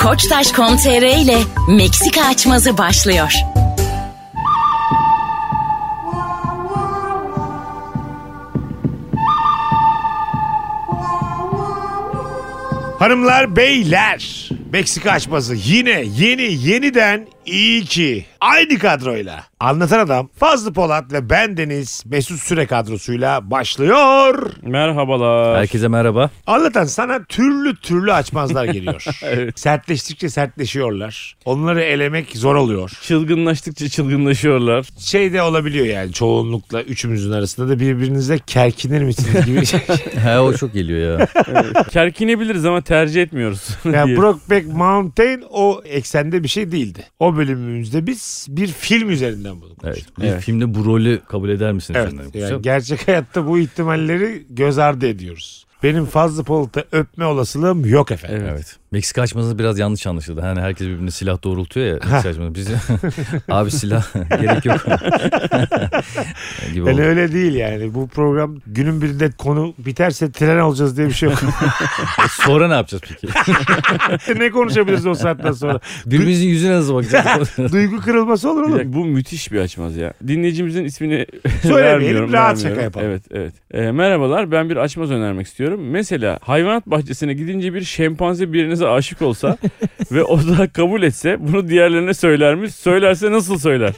Koçtaş.com.tr ile Meksika açmazı başlıyor. Hanımlar, beyler, Meksika açması yine yeniden iyi ki aynı kadroyla Anlatan Adam, Fazlı Polat ve bendeniz Mesut Süre kadrosuyla başlıyor. Merhabalar. Herkese merhaba. Anlatan, sana türlü açmazlar geliyor. Evet. Sertleştikçe sertleşiyorlar. Onları elemek zor oluyor. Çılgınlaştıkça çılgınlaşıyorlar. Şey de olabiliyor yani, çoğunlukla üçümüzün arasında da birbirinize kerkinir misiniz gibi. He, o çok geliyor ya. Evet. Kerkinebiliriz ama tercih etmiyoruz. Yani Brokeback Mountain o eksende bir şey değildi. O bölümümüzde biz bir film üzerinden bunu konuştuk. Evet. Bir filmde bu rolü kabul eder misiniz? Evet. Yani gerçek hayatta bu ihtimalleri göz ardı ediyoruz. Benim Fazlı Polat'ı öpme olasılığım yok efendim. Evet. Meksika açması biraz yanlış anlaşıldı. Hani herkes birbirine silah doğrultuyor ya. Meksika açması. Biz abi silah gerek yok. gibi Yani oldu. öyle değil yani. Bu program günün birinde konu biterse tren olacağız diye bir şey yok. Sonra ne yapacağız peki? Ne konuşabiliriz o saatten sonra? Birbirimizin yüzüne nasıl bakacağız? Duygu kırılması olur mu? Bu müthiş bir açmaz ya. Dinleyicimizin ismini Söylemeyelim, rahat şaka yapalım. Evet. Merhabalar, ben bir açmaz önermek istiyorum. Mesela hayvanat bahçesine gidince bir şempanze birinize aşık olsa ve o da kabul etse, bunu diğerlerine söyler mi? Söylerse nasıl söyler?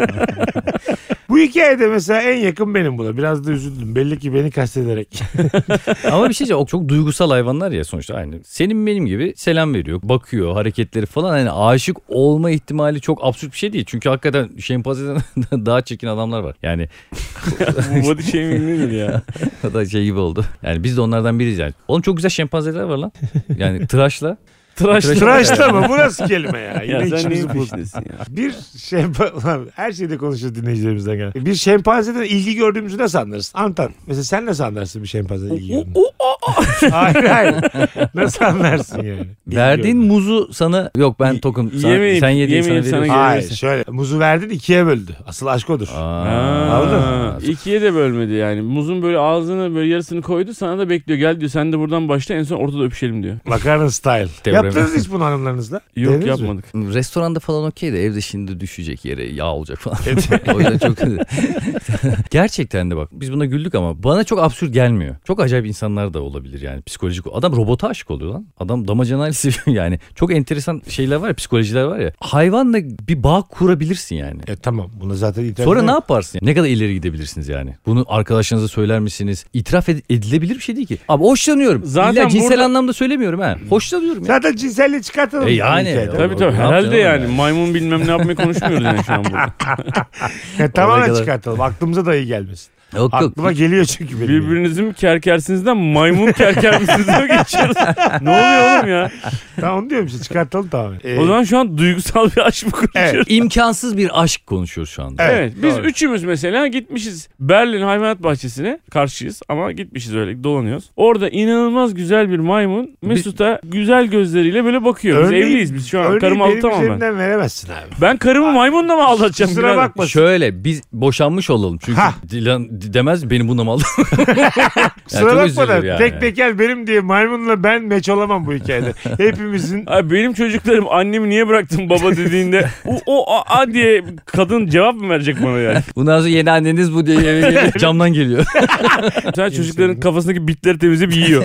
Bu hikayede mesela en yakın benim buna. Biraz da üzüldüm. Belli ki beni kastederek. Ama bir şey diyeceğim. O çok duygusal hayvanlar ya sonuçta aynı. Senin benim gibi selam veriyor, bakıyor, hareketleri falan. Hani aşık olma ihtimali çok absürt bir şey değil. Çünkü hakikaten şempanzeden daha çirkin adamlar var. Yani Bu body shaming nedir ya? o da şey gibi oldu. Yani biz de onlardan biriyiz yani. Oğlum çok güzel şempanzeler var lan. Yani tıraşla. Tıraşla mı? Bu nasıl kelime ya? Yine Ya sen içimizi neyin bozdun. peşindesin ya? Bir her şeyde konuşuyoruz dinleyicilerimizden gelen. Bir şempanzeden ilgi gördüğümüzü nasıl anlarız? Anlatan. Mesela sen nasıl anlarsın bir şempanzeden ilgi gördüğünü? Hayır. Nasıl anlarsın yani? Verdiğin muzu sana yok ben tokum. Yemeyip- Sen yediğin sana yemeyip sana veriyorum. Hayır, verirsin. şöyle. Muzu verdin, ikiye böldü. Asıl aşk odur. Anladın mı? İkiye de bölmedi yani. Muzun böyle ağzını böyle yarısını koydu, sana da bekliyor. Gel diyor, sen de buradan başla, en son ortada öpüşelim diyor. Makarna style. Devreme. Yaptınız hiç bunu hanımlarınızla? Yok, Denediniz mi? yapmadık. Restoranda falan okey de evde şimdi düşecek yere yağ olacak falan. O yüzden çok gerçekten de bak biz buna güldük ama bana çok absürt gelmiyor. Çok acayip insanlar da olabilir yani psikolojik. Adam robota aşık oluyor lan. Adam damacanayla seviyor yani. Çok enteresan şeyler var ya, psikolojiler var ya. Hayvanla bir bağ kurabilirsin yani. Tamam, bunu zaten internet. Sonra ne yaparsın? Ne kadar ileri gidebilirsiniz yani? Bunu arkadaşlarınıza söyler misiniz? İtiraf edilebilir bir şey değil ki. Abi hoşlanıyorum. Zaten İlla cinsel burada- anlamda söylemiyorum ha. Hoşlanıyorum ya. Zaten cinselliği çıkartalım. Yani. bu hikayeden. Tabii Ne herhalde yapacaksın yani. oğlum Maymun bilmem ne yapmayı konuşmuyoruz yani şu an burada. Tamamen kadar. çıkartalım. Aklımıza da iyi gelmesin. Yok. Aklıma geliyor çünkü benim. Birbirinizi mi kerkersinizden maymun kerker misiniz mi geçiyoruz? Ne oluyor oğlum ya? Tamam, onu diyorum işte, çıkartalım tamamen. O zaman şu an duygusal bir aşk mı konuşuyoruz? Evet. İmkansız bir aşk konuşuyoruz şu anda. Evet, biz doğru. üçümüz mesela gitmişiz Berlin Hayvanat Bahçesi'ne, karşıyız ama gitmişiz, öyle dolanıyoruz. Orada inanılmaz güzel bir maymun Mesut'a güzel gözleriyle böyle bakıyor. Biz evliyiz, biz şu an. Örneğin Karımı benim aldatamam ben. üzerimden veremezsin abi. Ben karımı maymunla mı aldatacağım? Kusura birader? bakma. Şöyle biz boşanmış olalım çünkü Ha. Dilan demez beni bununla mı aldın? Kusura çok bakma üzülür da yani. tek teker benim diye maymunla ben meç olamam bu hikayede. Hepimizin Abi benim çocuklarım annemi niye bıraktın baba dediğinde a diye kadın cevap mı verecek bana yani? Bundan sonra yeni anneniz bu diye eve geliyor. Camdan geliyor. Sen çocukların kafasındaki bitleri temizleyip yiyor.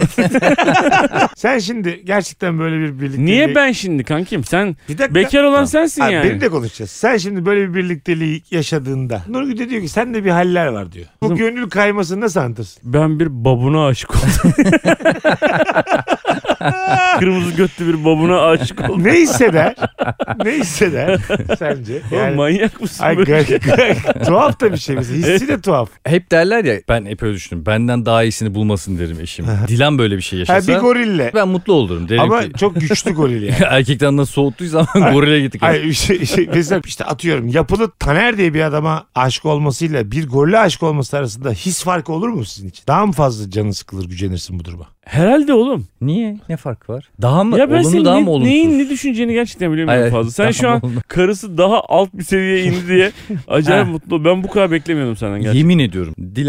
sen şimdi gerçekten böyle bir birlikteliği... Niye ben şimdi kankim? Sen Bir dakika. bekar olan sensin Abi yani. Beni de konuşacağız. Sen şimdi böyle bir birlikteliği yaşadığında Nurgül de diyor ki sende bir haller var diyor. Bu Kızım- gönül kaymasını nasıl anlatırsın? Ben bir babuna aşık oldum. Kırmızı götlü bir babuna aşık oldum. Ne hisseder? Ne hisseder sence? Oğlum manyak mısın Ay, böyle? tuhaf da bir şey mesela. Hissi de tuhaf. Hep derler ya ben hep öyle düşündüm. Benden daha iyisini bulmasın derim eşim. Dilan böyle bir şey Ha, yaşasa bir gorille. ben mutlu olurum. Derim Ama ki çok güçlü goril yani. erkekten nasıl soğuttuysam gorile gittik. Ay, mesela işte atıyorum, yapılı Taner diye bir adama aşık olmasıyla bir gorile aşık olması arasında his farkı olur mu sizin için? Daha mı fazla canın sıkılır, gücenirsin bu duruma? Herhalde oğlum. Niye? Ne fark var? Daha mı Ya ben olumlu senin daha mı olumsuz? neyin ne düşüneceğini gerçekten bilemiyorum Hayır, fazla. Sen daha şu an olumlu. karısı daha alt bir seviyeye indi diye acayip Ha. mutlu. Ben bu kadar beklemiyordum senden gerçekten. Yemin ediyorum Dilan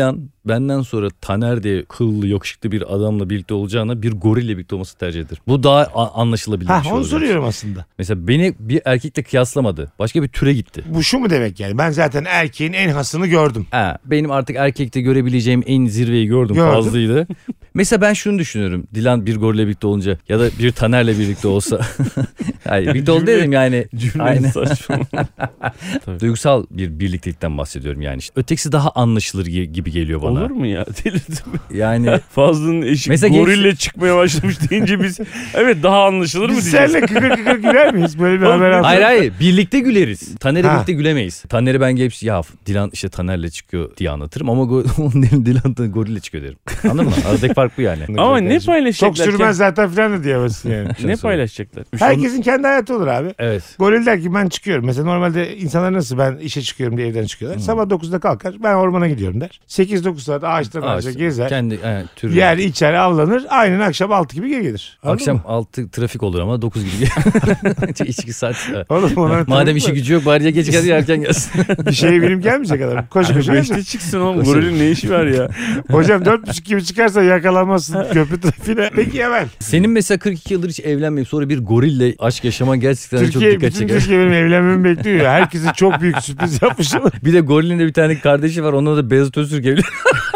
benden sonra Taner diye kıllı yakışıklı bir adamla birlikte olacağına bir gorille birlikte olması tercih ederim. Bu daha anlaşılabilir bir şey Onu olacak. soruyorum aslında. Mesela beni bir erkekle kıyaslamadı. Başka bir türe gitti. Bu şu mu demek yani? Ben zaten erkeğin en hasını gördüm. Benim artık erkekte görebileceğim en zirveyi gördüm. Fazlıydı. Mesela ben şunu düşünüyorum. Dilan bir gorille birlikte olunca ya da bir Taner'le birlikte olsa. Hayır, birlikte oldu dedim yani. Cümle saçma. Duygusal bir birliktelikten bahsediyorum yani. İşte ötekisi daha anlaşılır gibi geliyor bana. Olur mu ya? Delirdim. Yani Fazlının eşi Mesela gorille çıkmaya başlamış deyince biz evet daha anlaşılır mı Biz diyeceğiz? seninle kıkır kıkır güler miyiz? Böyle bir haber alsak. hayır birlikte güleriz. Taner'le Ha. birlikte gülemeyiz. Taner'e ben gelip ya Dilan işte Taner'le çıkıyor diye anlatırım ama Dilan da gorille çıkıyor derim. Anladın mı? Aradaki fark bu yani. Ama ne Çok paylaşacaklar? sürmez zaten filan da diyemezsin yani. Ne paylaşacaklar? Herkesin kendi hayatı olur abi. Evet. Goril der ki ben çıkıyorum. Mesela normalde insanlar nasıl ben işe çıkıyorum diye evden çıkıyorlar. Sabah 9'da kalkar ben ormana gidiyorum der. 8-9 saat ağaçtan ağaca gezer. Kendi türü. Yer içer avlanır. Aynen akşam 6 gibi geri gelir. Anladın Akşam mı? 6 trafik olur ama 9 gibi. 2 saat. Oğlum ona Madem işi gücü yok bari ya geç geldi ya erken gelsin. bir şeye bilim gelmeyecek adam. Koşu koşu gelsin. 5'te çıksın oğlum. Gorilin ne işi var ya? Hocam 4.30 gibi çıkarsa yakalanmazsın köprü trafiğine. Peki hemen. Senin mesela 42 yıldır hiç evlenmeyip sonra bir gorille aşk yaşaman gerçekten çok Türkiye, dikkat bütün çeker. Türkiye benim evlenmemi bekliyor ya. Herkese çok büyük sürpriz yapmışım. Bir de gorilin de bir tane kardeşi var. Ona da Beyazıt Öztürk evli.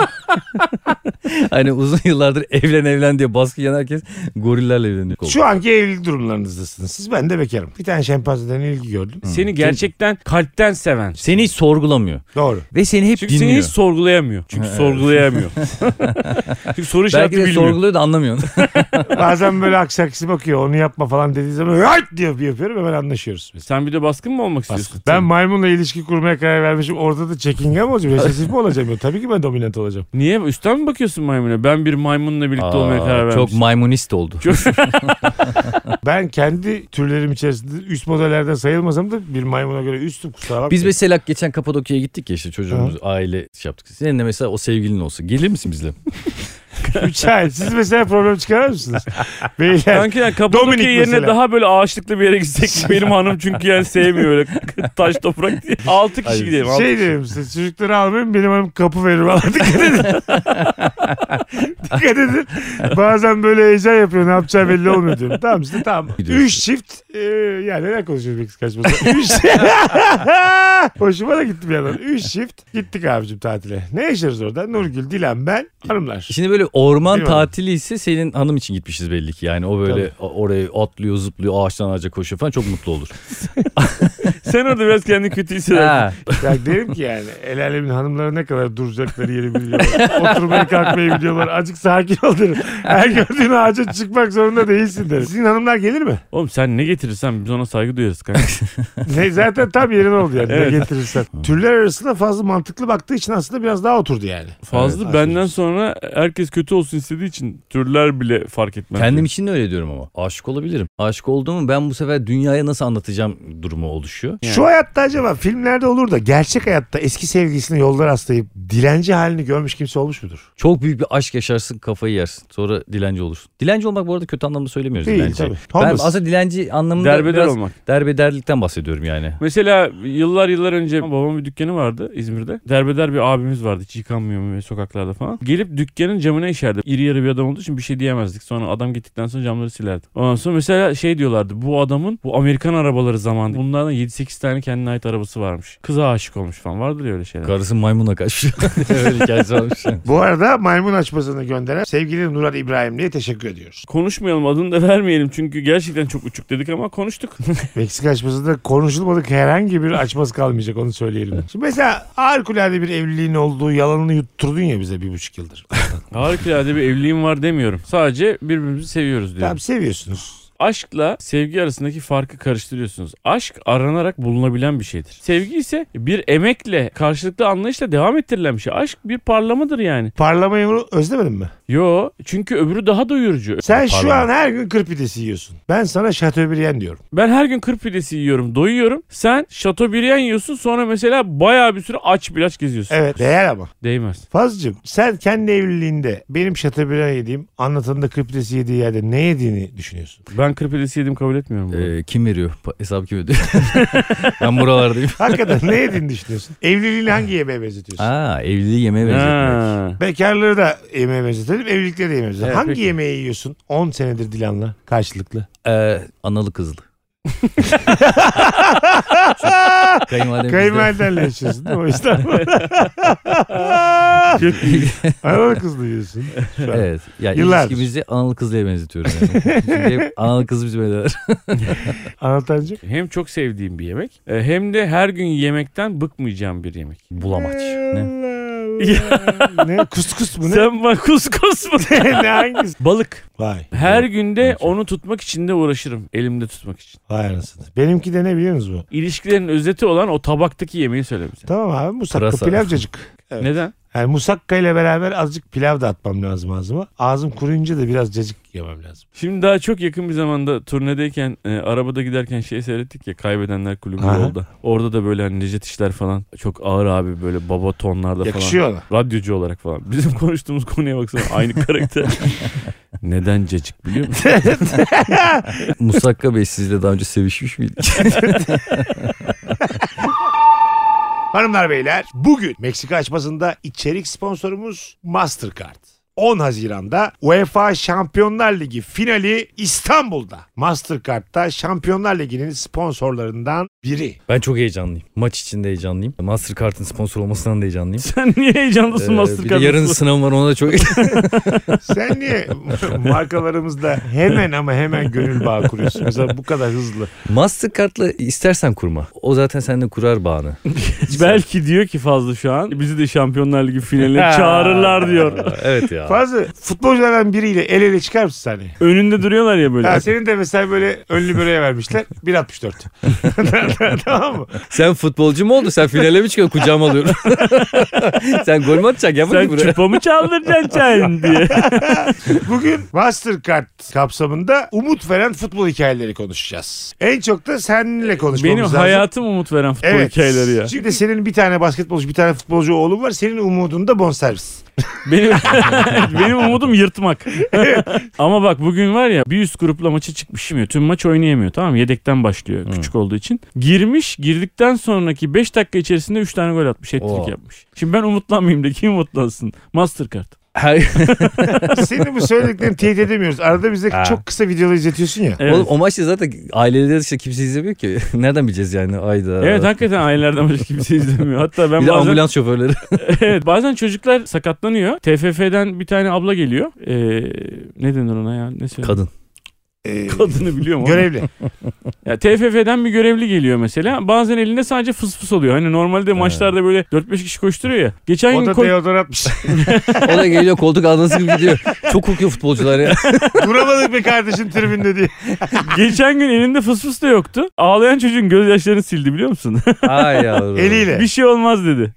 Hani uzun yıllardır evlen diye baskı yiyen herkes gorillerle evleniyor. Şu anki evlilik durumlarınızdasınız. Siz ben de bekarım. Bir tane şempanzeden ilgi gördüm. Seni gerçekten kalpten seven. Seni hiç sorgulamıyor. Doğru. Ve seni hep Çünkü dinliyor. seni hiç sorgulayamıyor. Çünkü sorgulayamıyor. Çünkü soru Belki işareti de bilmiyor. sorguluyor da anlamıyorsun. Bazen böyle aksi bakıyor. Onu yapma falan dediği zaman hayt diyor yapıyorum hemen anlaşıyoruz. Mesela. Sen bir de baskın mı olmak istiyorsun? Ben maymunla ilişki kurmaya karar vermişim. Orada da çekingen mi olacağım? Resesif mi olacağım? Tabii ki ben dominant olacağım. Niye? Üstten mi bakıyorsun maymuna? Ben bir maymunla birlikte olmaya karar vermişim. Çok maymunist oldu. Ben kendi türlerim içerisinde üst modellerden sayılmasam da bir maymuna göre üstüm kusura bakma. Biz mesela geçen Kapadokya'ya gittik ya işte çocuğumuz aile şey yaptık. Senin de mesela o sevgilin olsa gelir misin bizle? 3 ay. Siz mesela problem çıkarır mısınız? Beyler. Sanki yani Dominik Kapadokya yerine mesela. daha böyle ağaçlıklı bir yere gitsek benim hanım çünkü yani sevmiyor öyle taş toprak diye. 6 kişi Hayır, gidelim. 6 Şey kişi. diyorum size çocukları almayın benim hanım kapı verir valla dikkat edin. Dikkat edin. Bazen böyle heyecan yapıyor ne yapacağı belli olmuyor diyorum. Tamam işte tamam. Gidiyorsun. 3 çift yani neler konuşuyoruz Meksika açmasında. 3 Hoşuma da gitti bir yandan. 3 çift gittik abicim tatile. Ne yaşarız orada? Nurgül, Dilan, ben, hanımlar. Şimdi böyle orman Bilmiyorum. tatili ise senin hanım için gitmişiz belli ki. Yani o böyle oraya atlıyor zıplıyor ağaçtan ağaca koşuyor falan çok mutlu olur. Sen orada biraz kendini kötü hissedersin. Ha. Ya derim ki yani el alemin hanımları ne kadar duracakları yeri biliyorlar. Oturmayı kalkmayı biliyorlar. Azıcık sakin ol derim. Her gördüğün ağaca çıkmak zorunda değilsin derim. Sizin hanımlar gelir mi? Oğlum sen ne getirirsen biz ona saygı duyarız kanka. Ne, zaten tam yerin oldu yani. Evet. Ne getirirsen. Türler arasında fazla mantıklı baktığı için aslında biraz daha oturdu yani. Fazla Evet, benden sonra herkes kötü olsun istediği için türler bile fark etmez. Kendim için de öyle diyorum ama. Aşık olabilirim. Aşık olduğumu ben bu sefer dünyaya nasıl anlatacağım durumu oluşuyor. Yani. Şu hayatta acaba filmlerde olur da gerçek hayatta eski sevgilisine yolda rastlayıp dilenci halini görmüş kimse olmuş mudur? Çok büyük bir aşk yaşarsın kafayı yersin. Sonra dilenci olursun. Dilenci olmak bu arada kötü anlamda söylemiyoruz. Değil dilenci. tabii. Ben Homeless. aslında dilenci anlamında Derbeder biraz olmak. derbederlikten bahsediyorum yani. Mesela yıllar önce babamın bir dükkanı vardı İzmir'de. Derbeder bir abimiz vardı hiç yıkanmıyor mu sokaklarda falan. Gelip dükkanın camına işerdi. İri yarı bir adam olduğu için bir şey diyemezdik. Sonra adam gittikten sonra camları silerdi. Ondan sonra mesela şey diyorlardı. Bu adamın bu Amerikan arabaları zamanında. Bunlardan 7-8 tane kendine ait arabası varmış. Kıza aşık olmuş falan. Vardır ya öyle şeyler. Karısı maymuna kaçmış. Öyle hikayesi varmış. Bu arada maymun açmasını gönderen sevgili Nurat İbrahimli'ye teşekkür ediyoruz. Konuşmayalım adını da vermeyelim çünkü gerçekten çok uçuk dedik ama konuştuk. Meksika açmasında konuşulmadık herhangi bir açması kalmayacak onu söyleyelim. Şimdi mesela harikulade bir evliliğin olduğu yalanını yutturdun ya bize 1,5 yıldır. Harikulade bir evliliğim var demiyorum. Sadece birbirimizi seviyoruz diyorum. Tamam seviyorsunuz. Aşkla sevgi arasındaki farkı karıştırıyorsunuz. Aşk aranarak bulunabilen bir şeydir. Sevgi ise bir emekle, karşılıklı anlayışla devam ettirilen bir şey. Aşk bir parlamadır yani. Parlamayı özlemedin mi? Yo, çünkü öbürü daha doyurucu. Sen şu Parlama. an her gün kır pidesi yiyorsun. Ben sana Chateaubriand diyorum. Ben her gün kır pidesi yiyorum, doyuyorum. Sen Chateaubriand yiyorsun, sonra mesela bayağı bir süre aç bir aç geziyorsun. Evet değer ama. Değmez. Fazlıcığım sen kendi evliliğinde benim Chateaubriand yediğim anlatanın da kır pidesi yediği yerde ne yediğini düşünüyorsun? Ben Ben kır pidesi yedim kabul etmiyorum bunu. Kim veriyor? Hesabı kim ödüyor? Ben buralardayım. Hakikaten ne yediğini düşünüyorsun? Evliliğini hangi yemeğe benzetiyorsun? Evliliği yemeğe benzetmek. Ha. Bekarlığı da yemeğe benzetelim, evlilikleri de yemeğe benzetelim. Evet, Hangi peki. yemeği yiyorsun 10 senedir Dilan'la karşılıklı? Analı kızlı. Kayınvalidem bizde. Kayınvalidenle yaşıyorsun değil mi? O yüzden. Çok iyi. Analı kızlı yiyorsun. Şu an. Evet. Yani Yıllardır. ilişkimizi analı kızlıya benzetiyorum yani. Çünkü hep analı kız bizim eder. Anlatancık. Hem çok sevdiğim bir yemek hem de her gün yemekten bıkmayacağım bir yemek. Bulamaç. Ne? Ne? Kuskus mu ne? Sen bak kuskus mu? Ne hangisi? Balık. Vay. Her günde onu tutmak için de uğraşırım. Elimde tutmak için. Vay anasını. Benimki de ne biliyor musunuz bu? İlişkilerin özeti olan o tabaktaki yemeği söyle bize. Tamam abi musakka Pırasa. pilavcacık. Evet. Neden? Yani musakka ile beraber azıcık pilav da atmam lazım ağzıma. Ağzım kuruyunca da biraz cacık yemem lazım. Şimdi daha çok yakın bir zamanda turnedeyken arabada giderken seyrettik ya, Kaybedenler Kulübü Aha. yolda. Orada da böyle hani Necdet İşler falan çok ağır abi, böyle baba tonlarda Yakışıyor falan. ona. Radyocu olarak falan. Bizim konuştuğumuz konuya baksana, aynı karakter. Neden cacık biliyor musun? Musakka Bey sizle daha önce sevişmiş miydik? Hanımlar beyler, bugün Meksika açmasında içerik sponsorumuz Mastercard. 10 Haziran'da UEFA Şampiyonlar Ligi finali İstanbul'da. Mastercard'da Şampiyonlar Ligi'nin sponsorlarından biri. Ben çok heyecanlıyım. Maç için de heyecanlıyım. Mastercard'ın sponsor olmasından da heyecanlıyım. Sen niye heyecanlısın Bir de Mastercard'ın? yarın sınavım var, ona da çok Sen niye markalarımızla hemen ama hemen gönül bağı kuruyorsun? Mesela bu kadar hızlı. Mastercard'la istersen kurma. O zaten seninle kurar bağını. Belki diyor ki Fazlı şu an bizi de Şampiyonlar Ligi finaline çağırırlar diyor. Evet ya. Fazla futbolculardan biriyle el ele çıkar mısın sahne? Önünde duruyorlar ya böyle. Ha, senin de mesela böyle önlü böreğe vermişler. 1.64. Tamam mı? Sen futbolcu mu oldun? Sen finale mi çıkıyorsun? Kucağıma alıyorum. Sen gol mü atacaksın? Gel Sen bakayım buraya. çupa mı çaldıracaksın sen diye. Bugün Mastercard kapsamında umut veren futbol hikayeleri konuşacağız. En çok da seninle konuşmamız Benim lazım. hayatım umut veren futbol Evet. hikayeleri ya. Şimdi senin bir tane basketbolcu, bir tane futbolcu oğlun var. Senin umudun da bonservis. Benim umudum yırtmak. Ama bak bugün var ya, bir üst grupla maça çıkmış. Tüm maç oynayamıyor, tamam mı? Yedekten başlıyor küçük olduğu için. Girdikten sonraki 5 dakika içerisinde 3 tane gol atmış. Hat-trick yapmış. Şimdi ben umutlanmayayım da kim umutlansın? Mastercard. Senin bu söylediklerini teyit edemiyoruz. Arada bize çok kısa videolar izletiyorsun ya. Evet. Oğlum o maçta zaten aileleri işte kimse izlemiyor ki. Nereden bileceğiz yani? Ayda. Evet, hakikaten ailelerden başka kimse izlemiyor. Hatta ben Bir de bazen ambulans şoförleri. evet, bazen çocuklar sakatlanıyor. TFF'den bir tane abla geliyor. Ne denir ona ya? Ne söyleyeyim? Kadın. Kadını biliyorum ama. Görevli. Ya TFF'den bir görevli geliyor mesela. Bazen elinde sadece fıs fıs oluyor. Hani normalde maçlarda böyle 4-5 kişi koşturuyor ya. Geçen O gün da deodoratmış. O da geliyor koltuk ağzına gibi gidiyor. Çok kokuyor futbolcular ya. Duramadık be kardeşim tribünde diye. geçen gün elinde fıs fıs da yoktu. Ağlayan çocuğun gözyaşlarını sildi biliyor musun? Ay yavrum. Eliyle. Bir şey olmaz dedi.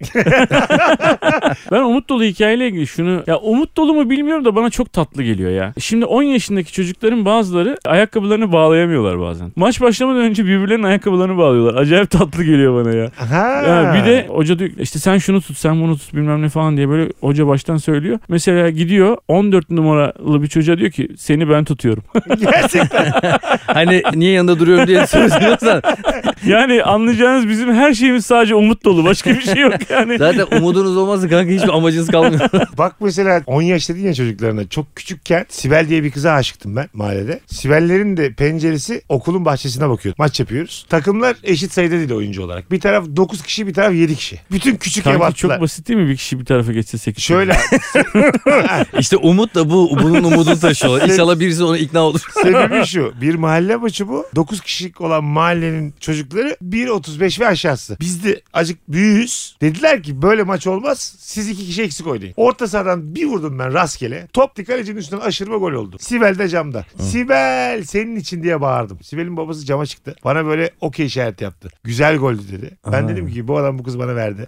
Ben umut dolu hikayeyle ilgili şunu... Ya umut dolu mu bilmiyorum da bana çok tatlı geliyor ya. Şimdi 10 yaşındaki çocukların bazıları ayakkabılarını bağlayamıyorlar bazen. Maç başlamadan önce birbirlerinin ayakkabılarını bağlıyorlar. Acayip tatlı geliyor bana ya. Ha. Ya bir de hoca diyor işte sen şunu tut, sen bunu tut bilmem ne falan diye böyle hoca baştan söylüyor. Mesela gidiyor 14 numaralı bir çocuğa diyor ki seni ben tutuyorum. Gerçekten. Hani niye yanında duruyorum diye söylüyorsan. Yani anlayacağınız bizim her şeyimiz sadece umut dolu. Başka bir şey yok yani. Zaten umudunuz olmazsa kanka hiçbir amacınız kalmıyor. Bak mesela 10 yaş dedin ya çocuklarına. Çok küçükken Sibel diye bir kıza aşıktım ben mahallede. Sibellerin de penceresi okulun bahçesine bakıyor. Maç yapıyoruz. Takımlar eşit sayıda değil oyuncu olarak. Bir taraf 9 kişi, bir taraf 7 kişi. Bütün küçük ev Kanki attılar. çok basit değil mi bir kişi bir tarafa geçse 8? Şöyle İşte umut da bunun umudunu taşıyorlar. İnşallah birisi ona ikna olur. sebebi şu. Bir mahalle maçı bu. 9 kişilik olan mahallenin çocukları 1.35 ve aşağısı. Biz de acık büyüğüz. Dediler ki böyle maç olmaz. Siz 2 kişi eksik oynayın. Orta sahadan bir vurdum ben rastgele. Top kalecinin üstünden aşırma gol oldu. Sibel de camda. Sibel senin için diye bağırdım. Sibel'in babası cama çıktı. Bana böyle okey işareti yaptı. Güzel goldü dedi. Ben dedim ki bu adam bu kız bana verdi.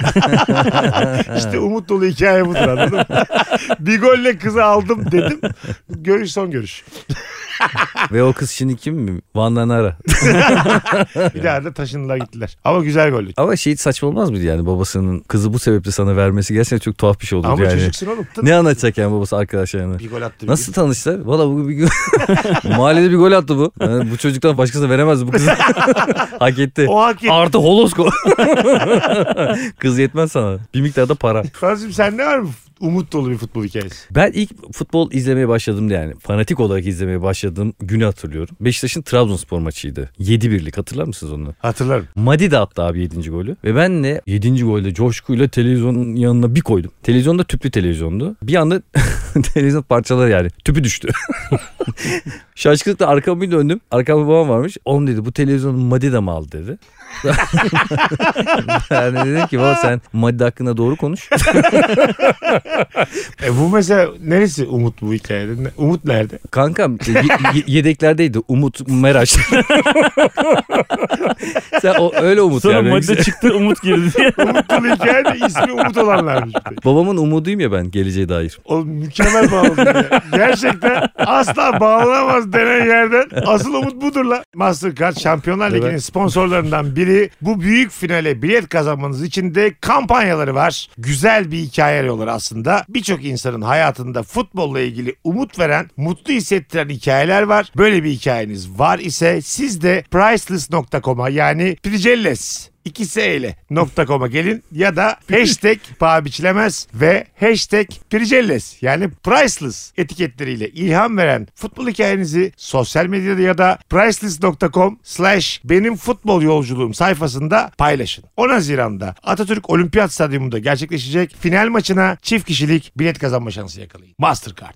İşte umut dolu hikaye budur, anladın mı? Bir golle kızı aldım dedim. Görüş son görüş. Ve o kız şimdi kim mi? Van'dan ara. Bir daha da taşındılar gittiler. Ama güzel gollü. Ama şey saçma olmaz mıydı yani babasının kızı bu sebeple sana vermesi gerçekten çok tuhaf bir şey olurdu Ama yani. çocuksun oğlum. Ne? Ne anlatacak yani babası arkadaşlarına? Bir gol attı. Nasıl tanıştılar? Valla bu bir mahallede bir gol attı bu. Yani bu çocuktan başkasına veremezdi bu kızı. Hak etti. O hak etti. Artı holosko. Kız yetmez sana. Bir miktarda para. Fazlım sende var mı umut dolu bir futbol hikayesi? Ben ilk futbol izlemeye başladığımda yani fanatik olarak izlemeye başladığım günü hatırlıyorum. Beşiktaş'ın Trabzonspor maçıydı. 7-1'lik hatırlar mısınız onu? Hatırlarım. Madi de attı abi 7. golü. Ve ben de 7. golde coşkuyla televizyonun yanına bir koydum. Televizyonda tüplü televizyondu. Bir anda televizyon parçaları yani tüpü düştü. Şaşkınlıkla arkama bir döndüm. Arkamda babam varmış. Oğlum dedi bu televizyonu Madi de mi aldı dedi. Ben de dedim ki baba sen Madi hakkında doğru konuş. Bu mesela neresi umut bu hikayede? Umut nerede? Kankam yedeklerdeydi Umut Meraş. Sen öyle Umut Sonra yani. madde çıktı Umut girdi diye. Umut dolu hikayede ismi Umut olanlarmış. Babamın umuduyum ya ben geleceğe dair. Oğlum mükemmel bağladın ya. Gerçekten asla bağlanamaz denen yerden asıl umut budur la. Mastercard Şampiyonlar Ligi'nin sponsorlarından biri. Bu büyük finale bilet kazanmanız için de kampanyaları var. Güzel bir hikaye arıyorlar aslında. Birçok insanın hayatında futbolla ilgili umut veren, mutlu hissettiren hikayeler var. Böyle bir hikayeniz var ise siz de priceless.com'a yani Pricelles 2S ile .com'a gelin ya da hashtag paha biçilemez ve hashtag Pricelles yani priceless etiketleriyle ilham veren futbol hikayenizi sosyal medyada ya da priceless.com/benim futbol yolculuğum sayfasında paylaşın. 10 Haziran'da Atatürk Olimpiyat Stadyumunda gerçekleşecek final maçına çift kişilik bilet kazanma şansı yakalayın. Mastercard.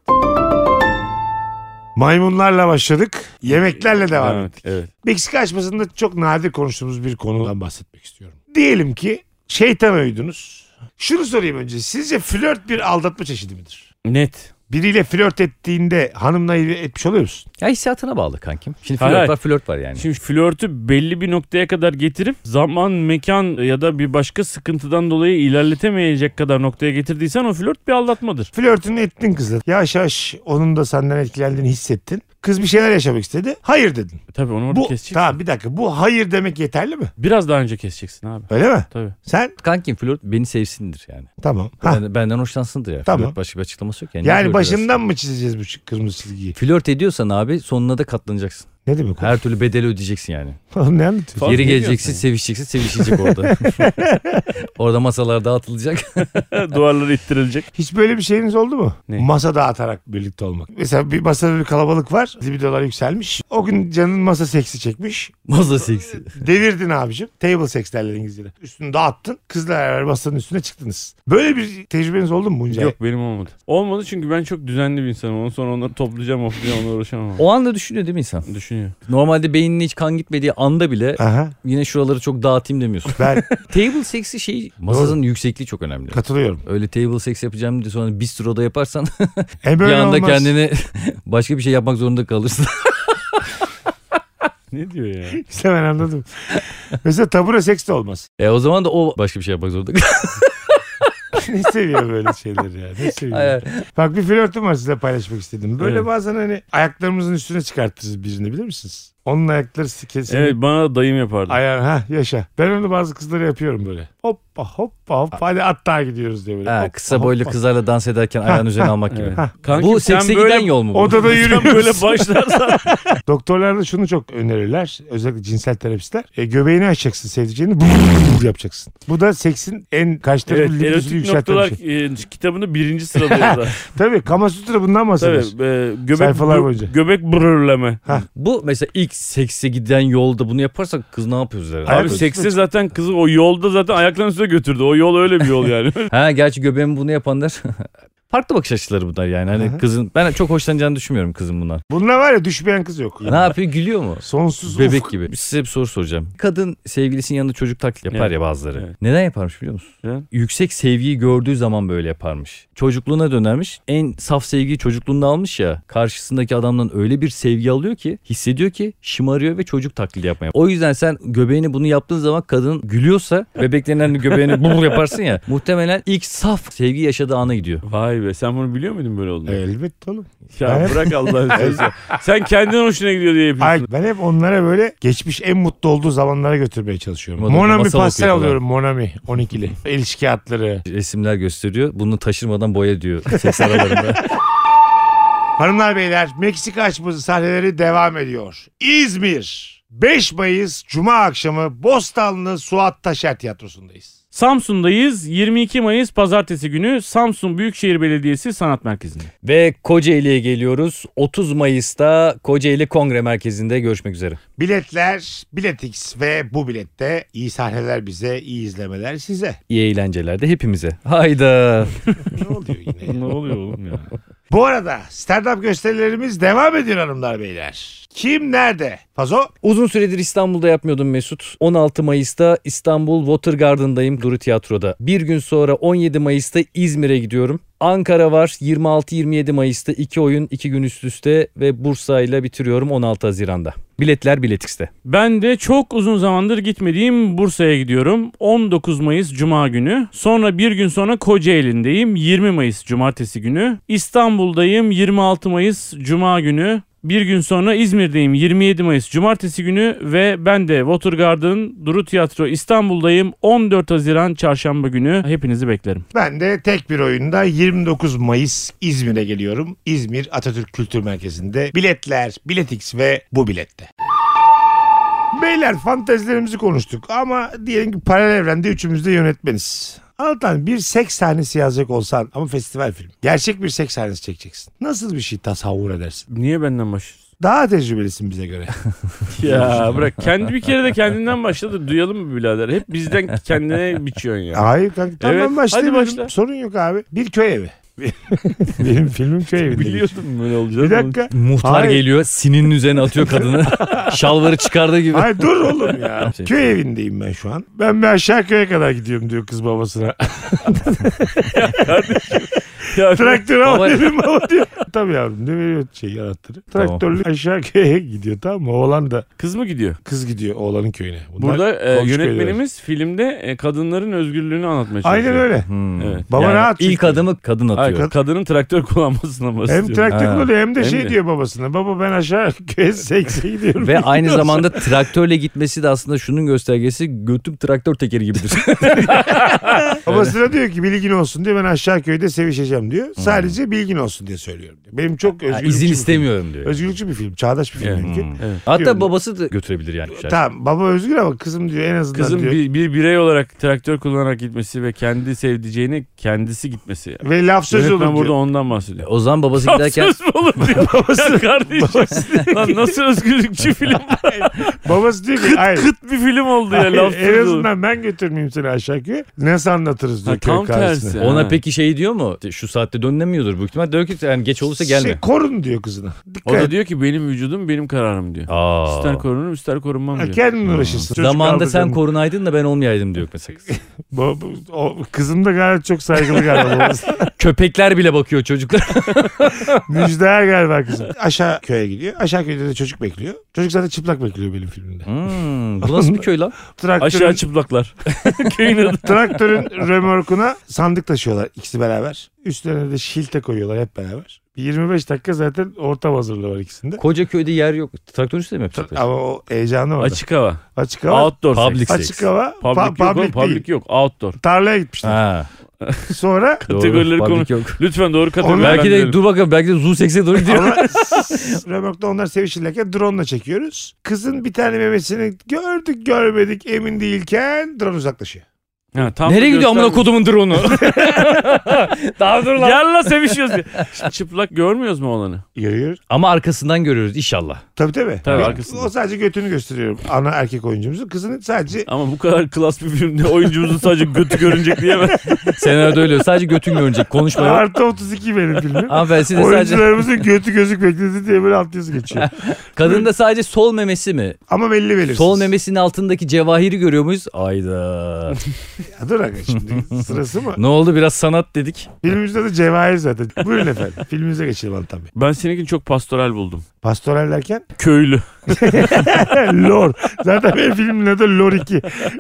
Maymunlarla başladık. Yemeklerle devam ettik. Evet. Meksika açmasında çok nadir konuştuğumuz bir konudan bahsetmek istiyorum. Diyelim ki şeytan uydunuz. Şunu sorayım önce. Sizce flört bir aldatma çeşidi midir? Net. Biriyle flört ettiğinde hanımla etmiş oluyor musun? Ya hissiyatına bağlı kankim. Şimdi Hayır. flört var flört var yani. Şimdi flörtü belli bir noktaya kadar getirip zaman, mekan ya da bir başka sıkıntıdan dolayı ilerletemeyecek kadar noktaya getirdiysen o flört bir aldatmadır. Flörtünü ettin kızla. Yavaş yavaş onun da senden etkilendiğini hissettin. Kız bir şeyler yaşamak istedi. Hayır dedin. Tabii onu orada keseceksin. Tamam bir dakika. Bu hayır demek yeterli mi? Biraz daha önce keseceksin abi. Öyle mi? Tabii. Sen? Kankim flört beni sevsindir yani. Tamam. Ha. Benden hoşlansındır ya. Tamam. Flört başka bir açıklaması yok yani. Ne Yani flört başından edersin? mı çizeceğiz bu kırmızı çizgiyi? Flört ediyorsan abi sonuna da katlanacaksın. Ne demek o? Her türlü bedeli ödeyeceksin yani. Oğlum ne anlatıyorsun? Fark Geri ediyorsun geleceksin, yani. sevişeceksin, sevişecek orada. Orada masalar dağıtılacak. Duvarları ittirilecek. Hiç böyle bir şeyiniz oldu mu? Ne? Masa dağıtarak birlikte olmak. Mesela bir masada bir kalabalık var. Libidolar yükselmiş. O gün canın masa seksi çekmiş. Masa seksi. Devirdin abicim. Table sex derler İngilizce'de. Üstünü dağıttın. Kızla beraber masanın üstüne çıktınız. Böyle bir tecrübeniz oldu mu bunca? Yok benim olmadı. Olmadı çünkü ben çok düzenli bir insanım. Ondan sonra onları toplayacağım, onlarla uğraşamam. O anda düşünüyor değil mi insan? Düşünüyor. Normalde beynine hiç kan gitmediği anda bile Aha. yine şuraları çok dağıtayım demiyorsun. Ben Table sex'i şey masanın yüksekliği çok önemli. katılıyorum. Öyle table sex yapacağım diye sonra bistroda yaparsan bir Böyle anda olmaz. kendini başka bir şey yapmak zorunda kalırsın. Ne diyor ya? İşte ben anladım. Mesela tabure seks de olmaz. O zaman da o başka bir şey yapmak zorunda kalır. Ne seviyor böyle şeyleri ya? Ne seviyor? Hayır. Bak bir flörtüm var size paylaşmak istedim. Böyle Evet. bazen hani ayaklarımızın üstüne çıkartırız birini bilir misiniz? Onun ayakları kesin. Evet bana da dayım yapardı. Ayağın yaşa. Ben onu bazı kızlara yapıyorum böyle. Hoppa hoppa hoppa. Hadi hatta gidiyoruz diye böyle. Ha, Hoppa, kısa boylu hoppa. kızlarla dans ederken ayağın üzerine almak gibi. Evet. Hah. Kankim, Bu sen sekse böyle giden yol mu bu? Odada Sen yürüyoruz. böyle başlarsan. Doktorlar da şunu çok önerirler. Özellikle cinsel terapistler. Göbeğini açacaksın sevdiceğini. Yapacaksın. Bu da seksin en karşı Evet, tarafı libidosunu erotik yükselten noktalar bir şey. kitabında 1. sırada yazar. Tabii Kama Sutra bundan bahseder. Tabii. Sayfalar boyunca. Göbek brürleme. Bu mesela ilk sekse giden yolda bunu yaparsak kız ne yapıyoruz herhalde? Ayak Abi üstüne sekse çık. zaten kızı o yolda zaten ayaklarının üstüne götürdü. O yol öyle bir yol yani. Ha gerçi göbeğimi bunu yapanlar farklı bakış açıları bunlar yani. Hani Aha. kızın ben çok hoşlanacağını düşünmüyorum kızın bundan. Bunlar var ya düşmeyen kız yok. Ne yapıyor gülüyor mu? Sonsuz Bebek ufk. gibi. Size bir soru soracağım. Kadın sevgilisinin yanında çocuk taklidi yapar Evet. ya bazıları. Evet. Neden yaparmış biliyor musun? Neden? Yüksek sevgiyi gördüğü zaman böyle yaparmış. Çocukluğuna dönermiş. En saf sevgiyi çocukluğunda almış ya. Karşısındaki adamdan öyle bir sevgi alıyor ki hissediyor ki şımarıyor ve çocuk taklidi yapmaya. O yüzden sen göbeğini bunu yaptığın zaman kadın gülüyorsa bebeklerin göbeğini bur yaparsın ya. Muhtemelen ilk saf sevgi yaşadığı ana gidiyor. Vay be. Sen bunu biliyor muydun böyle olduğunu? Elbette oğlum. Ya Ben- bırak Allah'ını seversen. Sen kendin hoşuna gidiyor diye Ay, yapıyorsun. ben hep onlara böyle geçmiş en mutlu olduğu zamanlara götürmeye çalışıyorum. Masal Monami okuyor pastel falan. alıyorum. Monami 12'li. İlişki hatları. Resimler gösteriyor. Bunu taşırmadan boya diyor seks aralarında. Hanımlar beyler, Meksika açması sahneleri devam ediyor. İzmir 5 Mayıs Cuma akşamı Bostanlı Suat Taşer Tiyatrosu'ndayız. Samsun'dayız. 22 Mayıs Pazartesi günü Samsun Büyükşehir Belediyesi Sanat Merkezi'nde. Ve Kocaeli'ye geliyoruz. 30 Mayıs'ta Kocaeli Kongre Merkezi'nde görüşmek üzere. Biletler Biletix ve bu bilette iyi sahneler bize, iyi izlemeler size. İyi eğlenceler de hepimize. Hayda. Ne oluyor yine? Ne oluyor oğlum ya? Bu arada stand-up gösterilerimiz devam ediyor hanımlar beyler. Kim nerede? Fazo? Uzun süredir İstanbul'da yapmıyordum Mesut. 16 Mayıs'ta İstanbul Watergarden'dayım Duru Tiyatro'da. Bir gün sonra 17 Mayıs'ta İzmir'e gidiyorum. Ankara var 26-27 Mayıs'ta 2 oyun 2 gün üst üste ve Bursa ile bitiriyorum 16 Haziran'da. Biletler Biletix'te. Ben de çok uzun zamandır gitmediğim Bursa'ya gidiyorum. 19 Mayıs Cuma günü. Sonra bir gün sonra Kocaeli'ndeyim. 20 Mayıs Cumartesi günü. İstanbul'dayım 26 Mayıs Cuma günü. Bir gün sonra İzmir'deyim 27 Mayıs Cumartesi günü ve ben de Watergarden Duru Tiyatro İstanbul'dayım 14 Haziran Çarşamba günü. Hepinizi beklerim. Ben de tek bir oyunda 29 Mayıs İzmir'e geliyorum. İzmir Atatürk Kültür Merkezi'nde. Biletler, Biletix ve bu bilette. Beyler fantezilerimizi konuştuk ama diyelim ki paralel evrende üçümüz de yönetmeniz. Anlatan bir seks sahnesi yazacak olsan ama festival film. Gerçek bir seks sahnesi çekeceksin. Nasıl bir şey tasavvur edersin? Niye benden başlıyorsun? Daha tecrübelisin bize göre. Ya bırak kendi bir kere de kendinden başladı. Duyalım mı birader? Hep bizden kendine biçiyorsun ya. Hayır kanka tamam Evet, ben başlayayım. hadi başla. Sorun yok abi. Bir köy evi. Benim filmim köy evi. Biliyordum böyle olacağını. Bir dakika. Muhtar Hayır. geliyor sininin üzerine atıyor kadını. Şalvarı çıkardığı gibi. Hayır dur oğlum ya. Köy evindeyim ben şu an. Ben bir aşağı köye kadar gidiyorum diyor kız babasına. Ya, Traktör Baba- ama dedim baba diyor. Tabii yavrum ne veriyor anahtarı. Tamam. Traktörlü aşağı köye gidiyor tamam mı? Oğlan da kız mı gidiyor? kız gidiyor oğlanın köyüne. Bunlar Burada komşu yönetmenimiz filmde kadınların özgürlüğünü anlatmaya köyler. çalışıyor. Aynen öyle. Hmm. Evet. Baba Yani rahat ilk çünkü. adımı kadın atıyor. Hayır, kadının traktör kullanmasına bahsediyorum. Hem traktör Ha. kullanıyor hem de Hem şey de. diyor babasına. Baba ben aşağı köye sekse gidiyorum. Ve aynı zamanda traktörle gitmesi de aslında şunun göstergesi götüm traktör tekeri gibidir. Babasına diyor ki bilgin olsun diyor ben aşağı köyde sevişeceğim diyor. Sadece bilgin olsun diye söylüyorum diyor. Benim çok Ha, özgürlükçü izin bir istemiyorum diyor. film. Özgürlükçü bir film. Çağdaş bir film. Evet. benimki. Evet. Hatta Diyorum. babası da götürebilir yani. Tamam baba özgür ama kızım diyor en azından Kızın diyor. bir birey olarak traktör kullanarak gitmesi ve kendi sevdiceğini kendisi gitmesi. Ve laf söz Yönetmen olur burada diyor. ondan bahsediyor. O zaman babası giderken Söz mü olur diyor. Ya kardeşim. Lan nasıl özgürlükçü film? Babası diyor ki hayır. Kıt bir film oldu ya. Hayır, Laf en söz olur. azından ben götürmeyeyim seni aşağı köye. Nasıl anlatırız diyor Ha, tam köy kahvesine. tersi. ona Ha. peki şey diyor mu? Şu saatte dönemiyordur büyük ihtimal. Diyor ki yani geç olursa gelme. Şey, korun diyor kızına. O Dikkat da et. diyor ki benim vücudum benim kararım diyor. Aa. İster korunurum ister korunmam Ha, diyor. kendin uğraşırsın. Çocuk Zamanında sen aldıracağım. korunaydın da ben olmayaydım diyor mesela. O kızım da gayet çok saygılı galiba babası. Köpekler bile bakıyor çocuklar. Müjdeler galiba kızım. Aşağı köye gidiyor. Aşağı köyde de çocuk bekliyor. Çocuk zaten çıplak bekliyor benim filmimde. Bu nasıl bir köy lan? Traktörün, Aşağı çıplaklar. Köyün adı. traktörün römorkuna sandık taşıyorlar ikisi beraber. Üstlerine de şilte koyuyorlar hep beraber. 25 dakika zaten ortam hazırlığı var ikisinde. Koca köyde yer yok. Traktör üstüne mi yapacaklar? Ama o heyecanı orada. Açık hava. Açık hava. Outdoor Public sex. sex. Açık hava. Public yok oğlum, Public public değil. yok. Outdoor. Tarlaya gitmişler. Ha. Sonra Kategorileri doğru, konu. public yok. Lütfen doğru Onlar- kategoriler. Belki de dur bakalım belki de Zoo Sex'e doğru gidiyor. ama römorkta onlar sevişirlerken drone ile çekiyoruz. Kızın bir tane memesini gördük görmedik emin değilken drone uzaklaşıyor. Ha, tam Nereye da gidiyor amına göstermiş. kodumun drone'u? Daha dur lan. Gel la sevişiyoruz diye. Çıplak görmüyoruz mu olanı? Görüyor. Ama arkasından görüyoruz inşallah. Tabii tabii. Tabii, Ve arkasında. O sadece götünü gösteriyorum. Ana erkek oyuncumuzun. Kızının sadece Ama bu kadar klas bir filmde oyuncumuzun sadece götü görünecek diyemez. Senaryoda öyle sadece götün görünecek. Konuşma yok. artı 32 benim filmim. Hanımefendi de sadece Oyuncularımızın götü gözük bekledi diye böyle alt yazı geçiyor. kadın da sadece sol memesi mi? Ama belli belirsiz. Sol memesinin altındaki cevahiri görüyor muyuz? Ayda. Ya dur aga şimdi sırası mı? Ne oldu, biraz sanat dedik. Filmimizde de Cevahir zaten. Buyurun efendim. Filmimize geçelim Anlatan Bey. Ben seninkini çok pastoral buldum. Pastoral derken? Köylü. Lor. Zaten benim filmin adı Lor 2.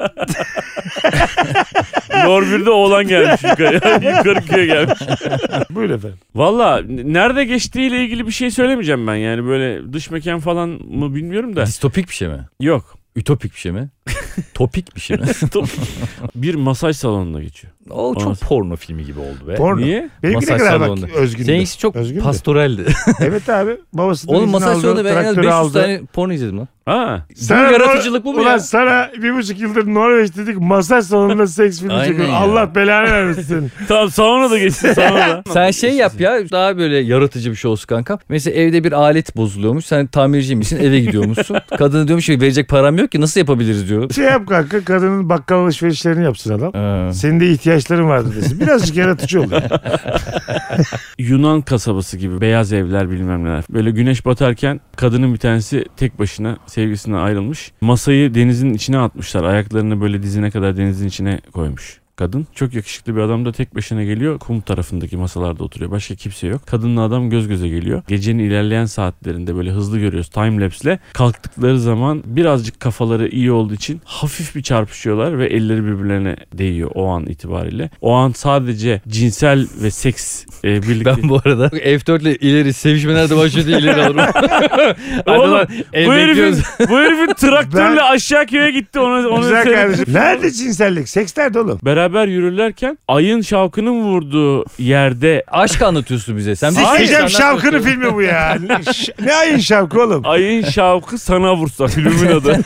Lor 1'de oğlan gelmiş yukarı. Yukarı köye gelmiş. Buyurun efendim. Valla nerede geçtiğiyle ilgili bir şey söylemeyeceğim ben. Yani böyle dış mekan falan mı bilmiyorum da. Distopik bir şey mi? Yok. Ütopik bir şey mi? Topik bir şey mi? Bir masaj salonunda geçiyor. O çok porno filmi gibi oldu be. Porno. Niye? Benimki ne Masaj kadar salonunda. bak özgündü. Seninkisi çok Özgündü. pastoraldi. Evet abi. Babası da Oğlum izin masaj aldı, salonunda ben en az traktörü 500 aldı. tane porno izledim lan. Ha. Sana yaratıcılık bu mu ulan ya? sana 1,5 yıldır Norveç dedik, masaj salonunda seks filmi Aynen çekiyor. ya. Allah belanı vermesin. Tamam sauna da geçsin sauna. Sen şey yap ya, daha böyle yaratıcı bir şey olsun kankam. Mesela evde bir alet bozuluyormuş. Sen tamirci misin? Eve gidiyormuşsun. Kadına diyormuş ki verecek param yok ki, nasıl yapabiliriz diyor. Şey yap kanka, kadının bakkal alışverişlerini yapsın adam. Ee, Senin de ihtiyaçların vardı desin. Birazcık yaratıcı oluyor. Yunan kasabası gibi beyaz evler bilmem neler. Böyle güneş batarken kadının bir tanesi tek başına sevgisinden ayrılmış. Masayı denizin içine atmışlar. Ayaklarını böyle dizine kadar denizin içine koymuş. Kadın çok yakışıklı bir adam da tek başına geliyor. Kum tarafındaki masalarda oturuyor. Başka kimse yok. Kadınla adam göz göze geliyor. Gecenin ilerleyen saatlerinde böyle hızlı görüyoruz timelapse'le. Kalktıkları zaman birazcık kafaları iyi olduğu için hafif bir çarpışıyorlar ve elleri birbirlerine değiyor o an itibariyle. O an sadece cinsel ve seks birlikte. Ben bu arada F4 ile ileri sevişme nerede başlıyor diye ileri alırım. Oğlum, bu herifin traktörle aşağı köye gitti. Onu Güzel kardeşim. Nerede cinsellik? Seks nerede oğlum? Beraber yürürlerken ayın şavkının vurduğu yerde Aşk anlatıyorsun bize. Sen Sikeceğim Şavkı'nın filmi bu ya. Ne ayın Şavkı oğlum? ayın şavkı sana vursa filmin adı.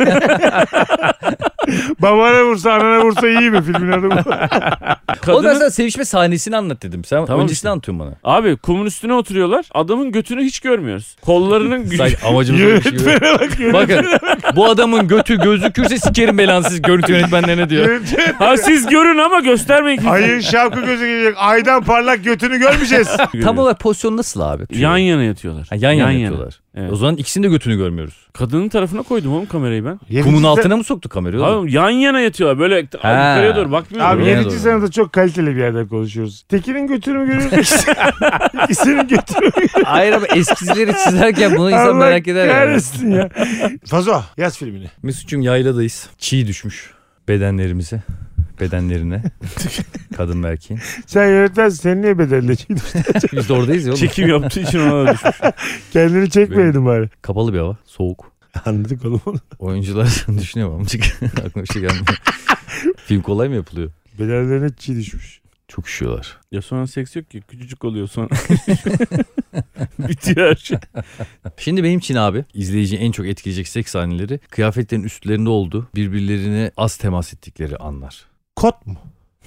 Babana vursa anana vursa iyi mi filmin adı bu? O da sana sevişme sahnesini anlat dedim. Sen Tamam öncesini işte. anlatıyorsun bana. Abi kumun üstüne oturuyorlar. Adamın götünü hiç görmüyoruz. Kollarının gücü. Sanki amacımız öyle bir şey yok. Yönetmene bak yönetmene. Bakın bu adamın götü gözükürse sikerim belanı, siz görüntü yönetmenlerine diyor. Ha siz görün ama göstermeyin kimseye. Ayın Şavkı gözü gelecek. Aydan parlak götünü görmeyeceğiz. Tam olarak pozisyon nasıl abi? Yan yana yatıyorlar. Ha, yan yana yatıyorlar. Evet. O zaman ikisinin de götünü görmüyoruz. Kadının tarafına koydum oğlum kamerayı ben. Kumun altına mı soktu kamerayı oğlum? Abi yan yana yatıyorlar. Böyle yukarıya doğru bakmıyorlar. Abi Oraya 7. doğru. sınıfta çok kaliteli bir yerden konuşuyoruz. Tekin'in götünü mü görüyoruz? İkisinin götünü mü görüyoruz? Hayır abi, eskizleri çizerken bunu insan merak eder. Yani. kahretsin ya. Fazo yaz filmini. Mesut'cum yayladayız. Çiğ düşmüş bedenlerimize. Bedenlerine. Kadın ve erkeğin. Sen yönetmensin. Sen niye bedelleşiydin? Biz de oradayız ya oğlum. Çekim yaptığı için ona da düşmüş. Kendini çekmeydin bari. Kapalı bir hava. Soğuk. Anladık oğlum onu. Oyuncular düşünüyor mu amcık? Aklıma bir şey gelmiyor. Film kolay mı yapılıyor? Bedellerine çiğ düşmüş. Çok üşüyorlar. Ya sonra seks yok ki. Küçücük oluyor sonra. Bitiyor her şey. Şimdi benim için abi izleyiciyi en çok etkileyecek seks sahneleri kıyafetlerin üstlerinde olduğu, birbirlerine az temas ettikleri anlar. Kot mu?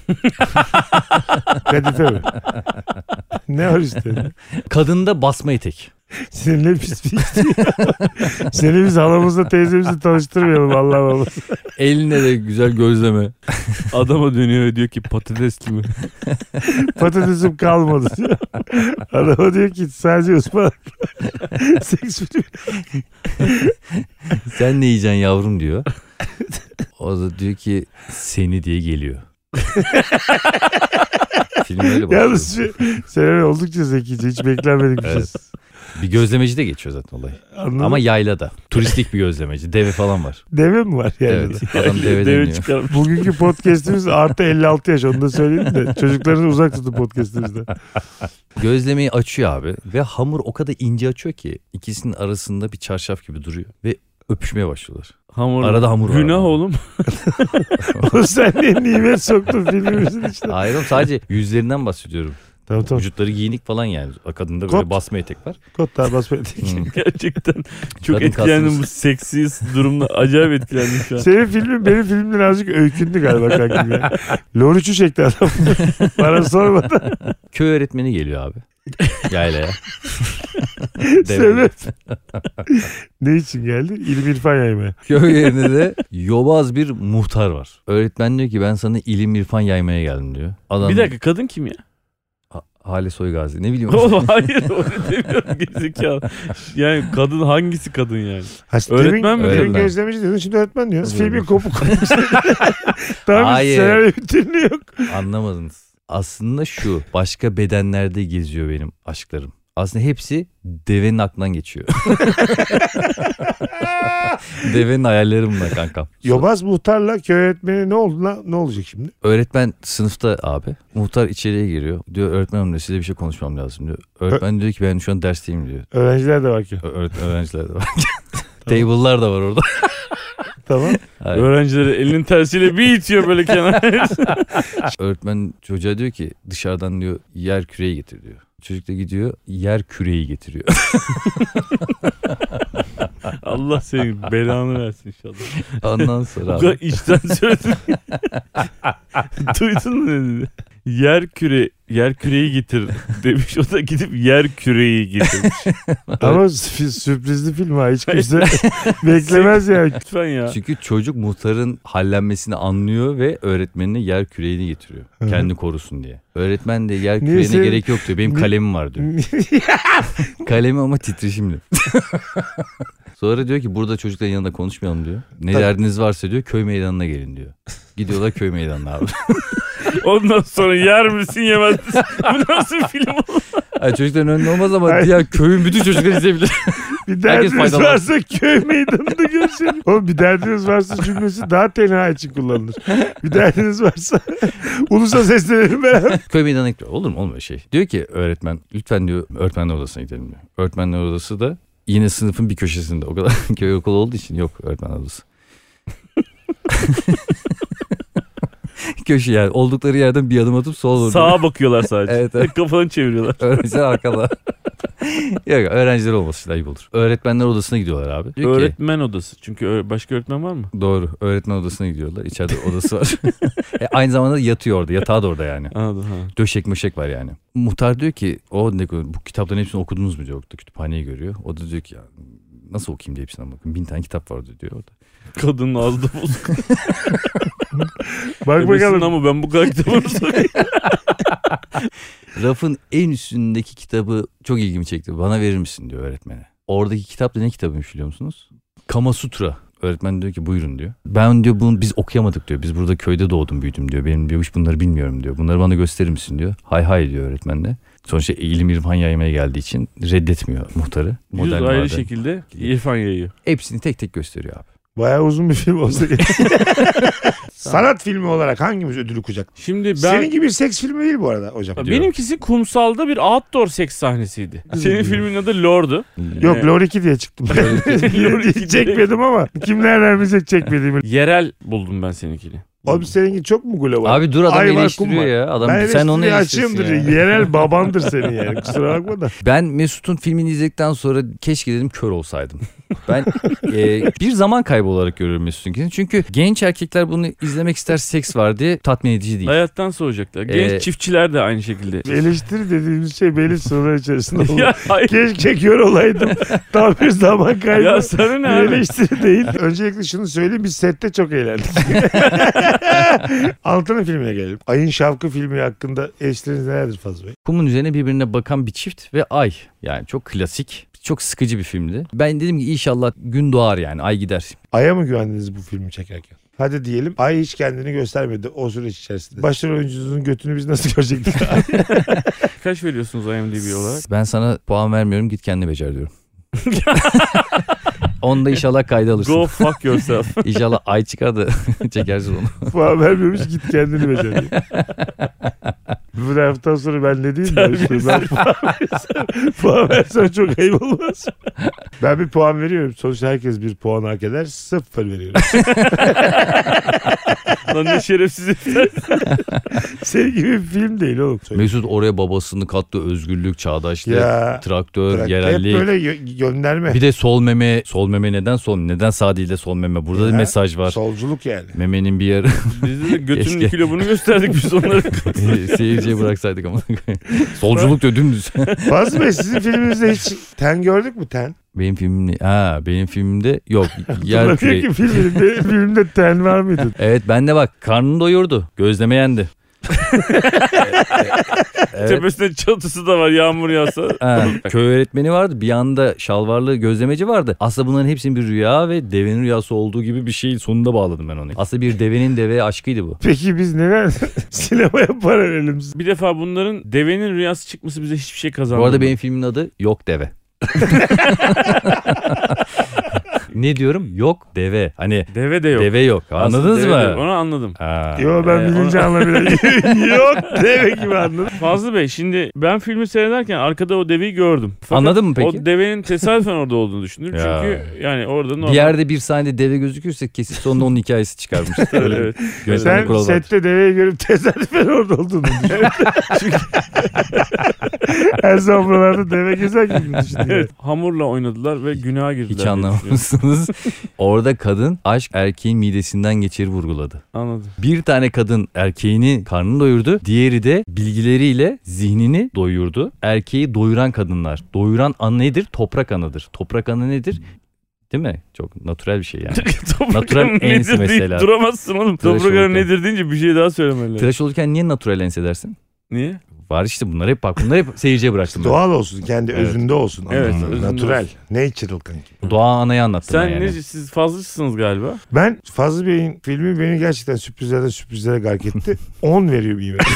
Kadife mi? Ne var üstünde? Kadında basma etek. Seninle pis bir Seni biz halamızla teyzemizle tanıştırmayalım Allah'ım Allah. Eline de güzel gözleme. Adama dönüyor ve diyor ki patatesli mi? Patatesim kalmadı diyor. Adama diyor ki sadece ıspanak. Seks filmi. Sen ne yiyeceksin yavrum diyor. O da diyor ki seni diye geliyor. Film öyle başlıyor. Yalnız sen oldukça zekice. Hiç beklenmedik bir şey. Evet. Bir gözlemeci de geçiyor zaten olay. Anladın Ama mı? yaylada. Turistik bir gözlemeci. Deve falan var. Deve mi var yani? Evet. Adam deve Deve deniyor. çıkarmış. Bugünkü podcast'imiz artı 56 yaş. Onu da söyleyeyim de. Çocuklarınızı uzak tutun podcast'imizden. Gözlemeyi açıyor abi. Ve hamur o kadar ince açıyor ki ikisinin arasında bir çarşaf gibi duruyor. Ve öpüşmeye başlıyorlar. Hamur. Arada hamur var. Günah oğlum. O sen niye nimet soktun filmimizin içine? Hayır oğlum, sadece yüzlerinden bahsediyorum. Tamam tamam. Vücutları giyinik falan yani. Kadında böyle Kot. basma etek var. Kot daha basmayın. Gerçekten çok Kadın etkilendim kastınız. bu seksi durumda. Acayip etkilendim şu an. Senin filmin benim filmimden azıcık öykündü galiba kankim ya. Lor 3'ü çekti adam. Bana sormadan. Köy öğretmeni geliyor abi. Yaylaya. Sebep. Ne için geldi? İlim irfan yaymaya. Köy yerine de yobaz bir muhtar var. Öğretmen diyor ki ben sana ilim irfan yaymaya geldim diyor. Adam, Bir dakika kadın kim ya? Hale Soygazi. Ne bileyim. Oğlum hayır öyle demiyorum gerizekalı. Yani kadın hangisi kadın yani? Öğretmen mi? Demin Öğretmen. gözlemeci diyordun şimdi öğretmen diyorsun. Öğretmen. Filmin kopuk. Tamam Hayır. senaryo bütünlüğü yok. Anlamadınız. Aslında şu, başka bedenlerde geziyor benim aşklarım. Aslında hepsi devenin aklından geçiyor. Devenin hayalleri bunlar kankam. Yobaz muhtarla köy öğretmeni ne oldu lan? Ne olacak şimdi? Öğretmen sınıfta abi. Muhtar içeriye giriyor. Diyor öğretmenim diyor size bir şey konuşmam lazım diyor. Öğretmen diyor ki ben şu an dersteyim diyor. Öğrenciler de var ki. Öğrenciler de var. Table'lar da var orada. Tamam. Hayır. Öğrencileri elinin tersiyle bir itiyor böyle kenara. Öğretmen çocuğa diyor ki dışarıdan diyor yer küreği getir diyor. Çocuk da gidiyor yer küreği getiriyor. Allah senin belanı versin inşallah. Ondan sonra Bu abi. kadar içten söyledin. Duydun mu ne dedi? Yer küreği getir demiş. O da gidip yer küreği getirmiş. Ama sürprizli film ha. Hiç kimse beklemez yani. Lütfen ya. Çünkü çocuk muhtarın hallenmesini anlıyor ve öğretmenine yer küreğini getiriyor. Hı hı. Kendi korusun diye. Öğretmen de yer Niye küreğine senin- gerek yok diyor. Benim kalemim var diyor. Kalemi ama titreşimli. Sonra diyor ki burada çocukların yanında konuşmayalım diyor. Ne Tabii. derdiniz varsa diyor köy meydanına gelin diyor. Gidiyorlar köy meydanına abi. Ondan sonra yer misin yemez misin? Bu nasıl bir film? Ay çocukların önünde olmaz ama Ay. diğer köyün bütün çocukları izleyebilir. Bir Herkes derdiniz faydalanır. varsa köy meydanında görüşelim. Oğlum bir derdiniz varsa cümlesi daha tenha için kullanılır. Bir derdiniz varsa ulusa seslenelim beraber. Köy meydanına gidiyor. Olur mu? Olmuyor şey. Diyor ki öğretmen lütfen diyor öğretmenler odasına gidelim diyor. Öğretmenler odası da yine sınıfın bir köşesinde. O kadar köy okulu olduğu için yok öğretmenler odası. Köşe yani oldukları yerden bir adım atıp sola doğru. Sağa bakıyorlar sadece. Evet, evet. Kafanı çeviriyorlar. Öğrenciler arkada. Yok öğrenciler olması ayıp olur. Öğretmenler odasına gidiyorlar abi. Diyor ki, Öğretmen odası. Çünkü başka öğretmen var mı? doğru öğretmen odasına gidiyorlar. İçeride odası var. Aynı zamanda yatıyor orada. Yatağı da orada yani. Anladım ha. Döşek möşek var yani. Muhtar diyor ki bu kitapların hepsini okudunuz mu diyor. Orada kütüphaneyi görüyor. O da diyor ki ya nasıl okuyayım diye hepsinden bakın. 1000 tane kitap vardı diyor orada. Kadının ağzı da bozuk. Bak bakalım. Ama ben bu kadar kitabını sorayım. Rafın en üstündeki kitabı çok ilgimi çekti. Bana verir misin diyor öğretmene. Oradaki kitap da ne kitabıymış biliyor musunuz? Kama Sutra. Öğretmen diyor ki buyurun diyor. Ben diyor bunu biz okuyamadık diyor. Biz burada köyde doğdum büyüdüm diyor. Benim diyor hiç bunları bilmiyorum diyor. Bunları bana gösterir misin diyor. Hay hay diyor öğretmen de. Sonuçta ilim irfan yaymaya geldiği için reddetmiyor muhtarı. Yüz Modern ayrı maden. şekilde irfan yayıyor. Hepsini tek tek gösteriyor abi. Bayağı uzun bir film olsa gerek. Sanat filmi olarak hangimiz ödülü kucak? Şimdi ben... Senin gibi bir seks filmi değil bu arada hocam. Benimkisi kumsalda bir outdoor seks sahnesiydi. Senin filmin adı Lord'u. Yok Evet. Lor 2 diye çıktım. Lor 2 Çekmedim ama kimlerden bilecek çekmediğimi. Yerel buldum ben seninkini. Oğlum seninki çok mu global? Abi dur adam Ay var, kum eleştiriyor var. ya. Adam Ben sen onu eleştiriyi eleştirirsin açığımdır. ya. Yerel babandır senin yani. Kusura bakma da. Ben Mesut'un filmini izledikten sonra keşke dedim kör olsaydım. Ben bir zaman kaybı olarak görüyorum Mesut'unkini. Çünkü genç erkekler bunu izlemek ister seks var diye tatmin edici değil. Hayattan soğuyacaklar. Genç çiftçiler de aynı şekilde. Eleştiri dediğimiz şey belli sınırlar içerisinde olur. Ya hayır. Keşke kör olaydım. Tam bir zaman kaybı. Ya sana ne Bir abi? eleştiri değil. Öncelikle şunu söyleyeyim. Biz sette çok eğlendik. Altının filmine gelelim. Ayın Şavkı filmi hakkında eşleriniz nelerdir Fazıl Bey? Kumun üzerine birbirine bakan bir çift ve ay. Yani çok klasik. Çok sıkıcı bir filmdi. Ben dedim ki inşallah gün doğar yani ay gider. Ay'a mı güvendiniz bu filmi çekerken? Hadi diyelim Ay hiç kendini göstermedi o süreç içerisinde. Başrol oyuncunun götünü biz nasıl görecektik? Kaç veriyorsunuz IMDb olarak? Ben sana puan vermiyorum git kendini becer diyorum. Onu da inşallah kayda alırsın. Go fuck yourself. İnşallah ay çıkar da çekersin onu. Puan vermiyormuş git kendini becer. Bu haftadan sonra ben ne diyeyim ben puan versem çok ayıp olmaz. Ben bir puan veriyorum. Sonuçta herkes bir puan hak eder. 0 veriyorum. Lan ne şerefsiz herifler. Senin gibi bir film değil oğlum. Mesut oraya babasını kattı özgürlük, çağdaşlık, Ya, traktör, bırak, yerellik. hep böyle gönderme. Bir de sol meme neden sol? Neden sağ değil de sol meme? Burada da Ya, mesaj var. Solculuk yani. Memenin bir yarı Biz de götünün Keşke. kilobunu gösterdik biz onları. seyirciye bıraksaydık ama. Solculuk diyor dümdüz. Fazıl Bey sizin filminizde hiç ten gördük mü ten? Benim filmimde yok. Yer Bakıyor küreği. ki filmde ten var mıydı? Evet ben de bak karnını doyurdu. Gözleme yendi. Tepesinde çatısı da var yağmur yağsa. Köy öğretmeni vardı. Bir yanda şalvarlı gözlemeci vardı. Aslında bunların hepsinin bir rüya ve devenin rüyası olduğu gibi bir şey sonunda bağladım ben onu. Aslında bir devenin deveye aşkıydı bu. Peki biz neden sinemaya para verelim? Bir defa bunların devenin rüyası çıkması bize hiçbir şey kazandırmadı. Bu arada benim filmin adı Yok Deve. Ne diyorum? Yok deve. Hani deve de yok. Deve yok. Anladınız mı? Onu anladım. Yo ben bilince anlamadım. Yok deve gibi anladım. Fazlı Bey, şimdi ben filmi seyrederken arkada o deveyi gördüm. Fakat anladın mı peki? O devenin tesadüfen orada olduğunu düşündüm. Ya. Çünkü yani orada normal. Bir yerde bir sahnede deve gözükürse kesin sonunda onun hikayesi çıkarmış. Evet. Sen sette deveyi görüp tesadüfen orada olduğunu düşünüyorsun. Çünkü her zaman buralarda deve gezer gibi düşünüyorum. Evet. Hamurla oynadılar ve günaha girdiler. Hiç anlamamışsınız. Orada kadın aşk erkeğin midesinden geçeri vurguladı. Anladım. Bir tane kadın erkeğini karnını doyurdu. Diğeri de bilgileriyle zihnini doyurdu. Erkeği doyuran kadınlar. Doyuran an nedir? Toprak anıdır. Toprak anı nedir? Değil mi? Çok natürel bir şey yani. Natural ense mesela. Duramazsın oğlum. Tıraş Toprak anı olurken. nedir deyince bir şey daha söylemeli. Tıraş olurken niye natural ense dersin? Niye? Var işte bunlar hep bak. Bunları hep seyirciye bıraktım. Doğal olsun. Kendi Evet. özünde olsun. Evet, Anladın mı? özünde Natural. Natural kanki. Doğa anayı anlattım Sen ben yani. siz fazlasısınız galiba. Ben Fazlı Bey'in filmi beni gerçekten sürprizlere gark etti. 10 veriyor bir yemek.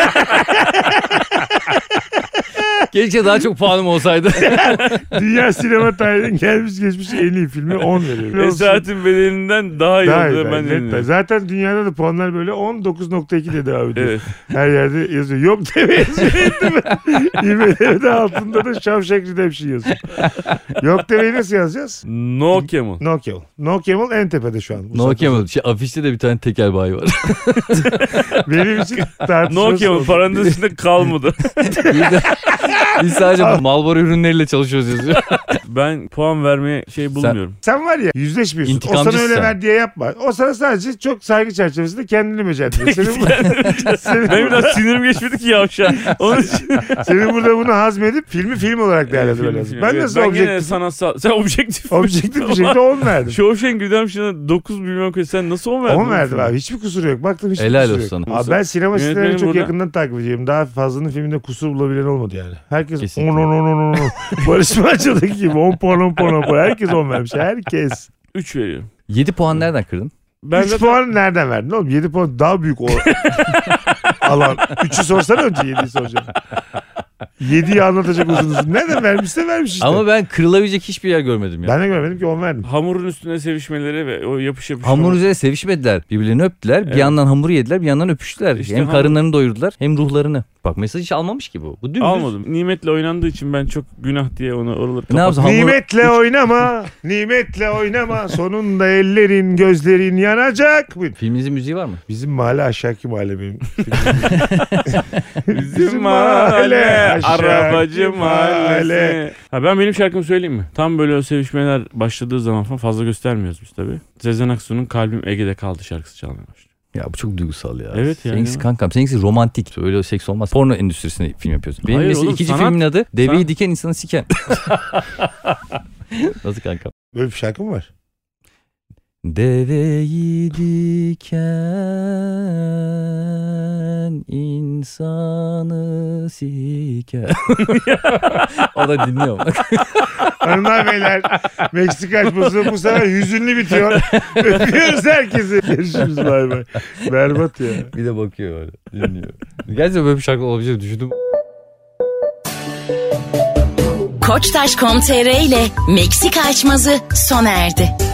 Keşke daha çok puanım olsaydı. Dünya sinema tarihinin gelmiş geçmiş en iyi filmi 10 veriyor. Esaretin bedelinden daha iyi Daha oldu. iyi, Ben net. dinliyorum. Zaten dünyada da puanlar böyle 19.2 diye devam ediyor. Evet. Her yerde yazıyor. Yok deme yazıyor. IMDb'de altında da Shawshank Redemption yazıyor. Yok demeyi nasıl yazacağız? No Camel. No Camel. No Camel en tepede şu an. Bu No saatte Camel. Afişte de bir tane tekel bayi var. Benim için tartışması No Camel oldu. paranın üstünde kalmadı. Biz sadece Marlboro ürünleriyle çalışıyoruz yazıyor. Ben puan vermeye bulmuyorum. Sen var ya yüzleşmiyorsun. O sana İntikamcısın öyle sen. ver diye yapma. O sana sadece çok saygı çerçevesinde kendini becerdiriyor. Senin, Benim biraz sinirim geçmedi ki yavşan. Onun için. senin burada bunu hazmedip filmi film olarak değerlendirmen Film, lazım. film. Ben Evet, nasıl gene objektif? sanatsal. Sen objektif. Objektif bir şekilde 10 verdim. Shawshank Redemption'a 9 bilmem kaç. Sen nasıl 10 verdin? 10 verdim abi. Hiçbir kusuru yok. Baktım hiçbir Helal kusuru olsun yok. sana. Abi ben sinema Yönetmenim sitelerini çok burada. yakından takip ediyorum. Daha fazlanın filminde kusur bulabilen olmadı yani. Herkes 10 Kesinlikle. 10 10 10 10. Barış Manço'daki gibi 10 puan 10 puan 10 puan. Herkes 10 vermiş. Herkes. 3 veriyorum. 7 puan nereden kırdın? Ben 3 zaten puan nereden verdin oğlum? 7 puan daha büyük o alan. 3'ü sorsana önce 7'yi soracağım. 7'yi anlatacak uzun uzun. Nereden vermişse vermiş işte. Ama ben kırılabilecek hiçbir yer görmedim ya. Ben de görmedim ki 10 verdim. hamurun üstüne sevişmeleri ve o yapış yapış. Hamur üzerine sevişmediler. Birbirlerini öptüler. Bir Evet. yandan hamuru yediler. Bir yandan öpüştüler. İşte hem hamur- karınlarını doyurdular hem ruhlarını. Bak mesaj hiç almamış ki bu. Bu dümdüz. Almadım. Nimetle oynandığı için ben çok günah diye oraları Ne kapattım. yapsın? Hamur... Nimetle oynama, nimetle oynama. Sonunda ellerin, gözlerin yanacak. Buyurun. Filminizin müziği var mı? Bizim mahalle aşağıki mahalle benim. Bizim mahalle, arabacı mahallesi. Ha, ben benim şarkımı söyleyeyim mi? Tam böyle o sevişmeler başladığı zaman falan fazla göstermiyoruz biz tabii. Sezen Aksu'nun Kalbim Ege'de Kaldı şarkısı çalmaya başlıyor. Ya bu çok duygusal ya. Evet yani. Seninkisi kankam. Seninkisi romantik. Öyle seks olmaz. Porno endüstrisinde film yapıyorsun. Benim Hayır mesela oğlum, ikinci sanat- filmin adı Deveyi sanat- Diken insanı Siken. Nasıl kankam? Böyle bir şarkı mı var? Deveyi diken insanı siken. O da dinliyor. Hanımlar beyler Meksika açması bu sefer hüzünlü bitiyor. Öpüyoruz herkesi. Görüşürüz bay bay. Berbat ya. Bir de bakıyor öyle. Dinliyor. Gerçekten böyle bir şarkı olabileceğini düşündüm. Koçtaş.com.tr ile Meksika açmazı sona erdi.